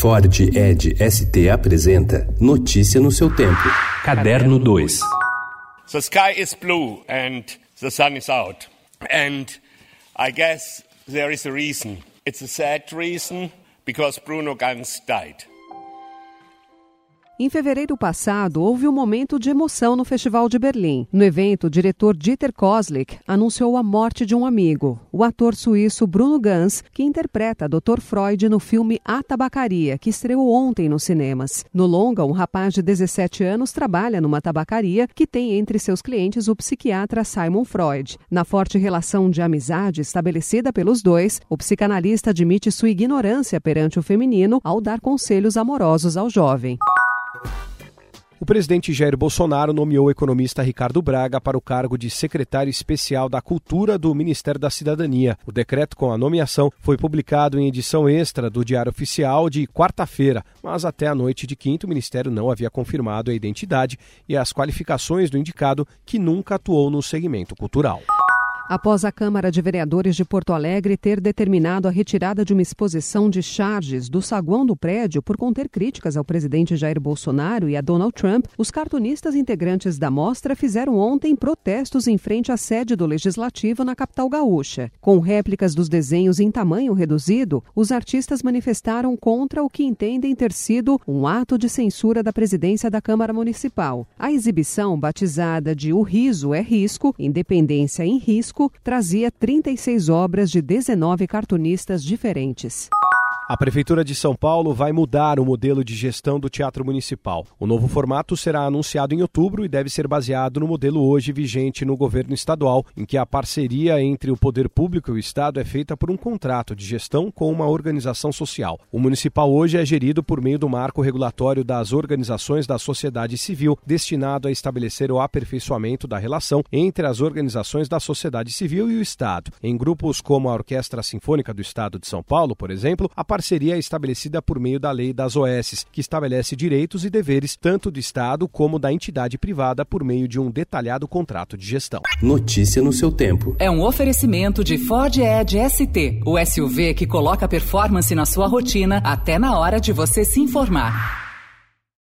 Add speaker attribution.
Speaker 1: Ford Edge ST apresenta Notícia no seu tempo. Caderno 2.
Speaker 2: The sky is blue and the sun is out. And I guess there is a reason. It's a sad reason because Bruno Ganz died.
Speaker 3: Em fevereiro passado, houve um momento de emoção no Festival de Berlim. No evento, o diretor Dieter Koslik anunciou a morte de um amigo, o ator suíço Bruno Ganz, que interpreta Dr. Freud no filme A Tabacaria, que estreou ontem nos cinemas. No longa, um rapaz de 17 anos trabalha numa tabacaria que tem entre seus clientes o psiquiatra Simon Freud. Na forte relação de amizade estabelecida pelos dois, o psicanalista admite sua ignorância perante o feminino ao dar conselhos amorosos ao jovem.
Speaker 4: O presidente Jair Bolsonaro nomeou o economista Ricardo Braga para o cargo de secretário especial da Cultura do Ministério da Cidadania. O decreto com a nomeação foi publicado em edição extra do Diário Oficial de quarta-feira, mas até a noite de quinta o Ministério não havia confirmado a identidade e as qualificações do indicado, que nunca atuou no segmento cultural.
Speaker 3: Após a Câmara de Vereadores de Porto Alegre ter determinado a retirada de uma exposição de charges do saguão do prédio por conter críticas ao presidente Jair Bolsonaro e a Donald Trump, os cartunistas integrantes da mostra fizeram ontem protestos em frente à sede do Legislativo na capital gaúcha. Com réplicas dos desenhos em tamanho reduzido, os artistas manifestaram contra o que entendem ter sido um ato de censura da presidência da Câmara Municipal. A exibição, batizada de O Riso é Risco, Independência em Risco, trazia 36 obras de 19 cartunistas diferentes.
Speaker 4: A Prefeitura de São Paulo vai mudar o modelo de gestão do Teatro Municipal. O novo formato será anunciado em outubro e deve ser baseado no modelo hoje vigente no governo estadual, em que a parceria entre o poder público e o Estado é feita por um contrato de gestão com uma organização social. O Municipal hoje é gerido por meio do marco regulatório das organizações da sociedade civil, destinado a estabelecer o aperfeiçoamento da relação entre as organizações da sociedade civil e o Estado. Em grupos como a Orquestra Sinfônica do Estado de São Paulo, por exemplo, a parceria é estabelecida por meio da Lei das OS, que estabelece direitos e deveres tanto do Estado como da entidade privada por meio de um detalhado contrato de gestão.
Speaker 1: Notícia no seu tempo.
Speaker 5: É um oferecimento de Ford Edge ST, o SUV que coloca performance na sua rotina até na hora de você se informar.